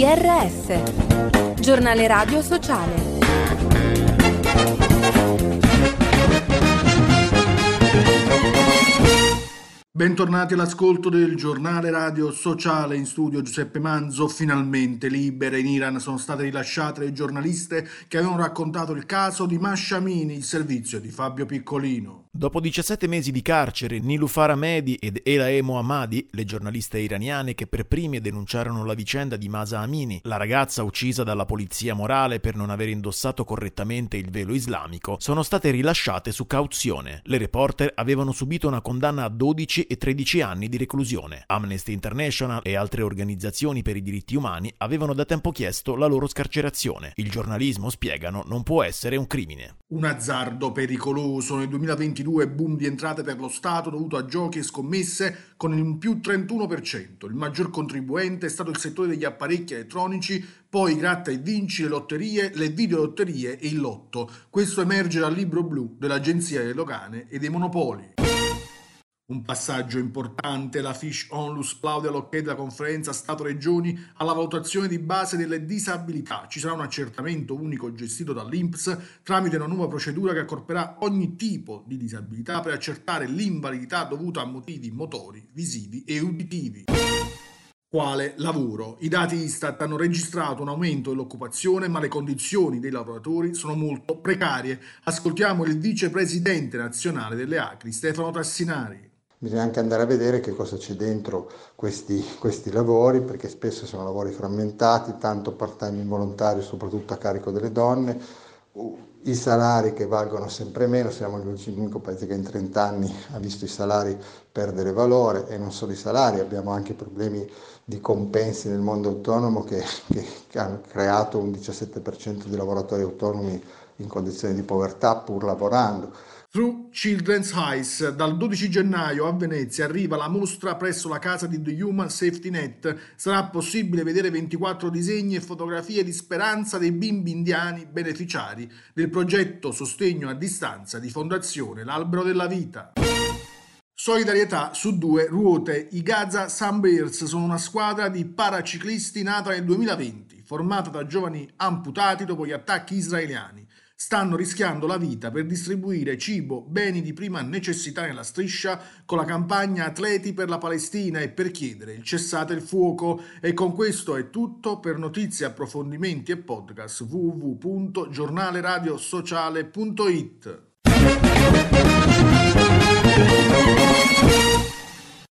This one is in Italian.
GRS, Giornale Radio Sociale. Bentornati all'ascolto del Giornale Radio Sociale. In studio Giuseppe Manzo. Finalmente libere in Iran sono state rilasciate le giornaliste che avevano raccontato il caso di Masha Amini, il servizio di Fabio Piccolino. Dopo 17 mesi di carcere, Niloufar Hamedi ed Elahe Mohammadi, le giornaliste iraniane che per prime denunciarono la vicenda di Mahsa Amini, la ragazza uccisa dalla polizia morale per non aver indossato correttamente il velo islamico, sono state rilasciate su cauzione. Le reporter avevano subito una condanna a 12 e 13 anni di reclusione. Amnesty International e altre organizzazioni per i diritti umani avevano da tempo chiesto la loro scarcerazione. Il giornalismo, spiegano, non può essere un crimine. Un azzardo pericoloso. Nel 2022 boom di entrate per lo Stato dovuto a giochi e scommesse con il più 31%. Il maggior contribuente è stato il settore degli apparecchi elettronici, poi gratta e vinci, le lotterie, le videolotterie e il lotto. Questo emerge dal libro blu dell'Agenzia delle Dogane e dei Monopoli. Un passaggio importante, la Fish Onlus plaude all'ok della conferenza Stato-Regioni alla valutazione di base delle disabilità. Ci sarà un accertamento unico gestito dall'INPS tramite una nuova procedura che accorperà ogni tipo di disabilità per accertare l'invalidità dovuta a motivi motori, visivi e uditivi. Quale lavoro? I dati Istat hanno registrato un aumento dell'occupazione, ma le condizioni dei lavoratori sono molto precarie. Ascoltiamo il vicepresidente nazionale delle ACRI, Stefano Tassinari. Bisogna anche andare a vedere che cosa c'è dentro questi lavori, perché spesso sono lavori frammentati, tanto part-time involontario, soprattutto a carico delle donne, i salari che valgono sempre meno. Siamo l'unico paese che in 30 anni ha visto i salari perdere valore, e non solo i salari, abbiamo anche problemi di compensi nel mondo autonomo che hanno creato un 17% di lavoratori autonomi in condizioni di povertà pur lavorando. Through Children's Eyes, dal 12 gennaio a Venezia arriva la mostra presso la casa di The Human Safety Net. Sarà possibile vedere 24 disegni e fotografie di speranza dei bimbi indiani beneficiari del progetto Sostegno a Distanza di Fondazione L'Albero della Vita. Solidarietà su due ruote. I Gaza Sunbears sono una squadra di paraciclisti nata nel 2020, formata da giovani amputati dopo gli attacchi israeliani. Stanno rischiando la vita per distribuire cibo, beni di prima necessità nella striscia con la campagna Atleti per la Palestina e per chiedere il cessate il fuoco. E con questo è tutto. Per notizie, approfondimenti e podcast www.giornaleradiosociale.it.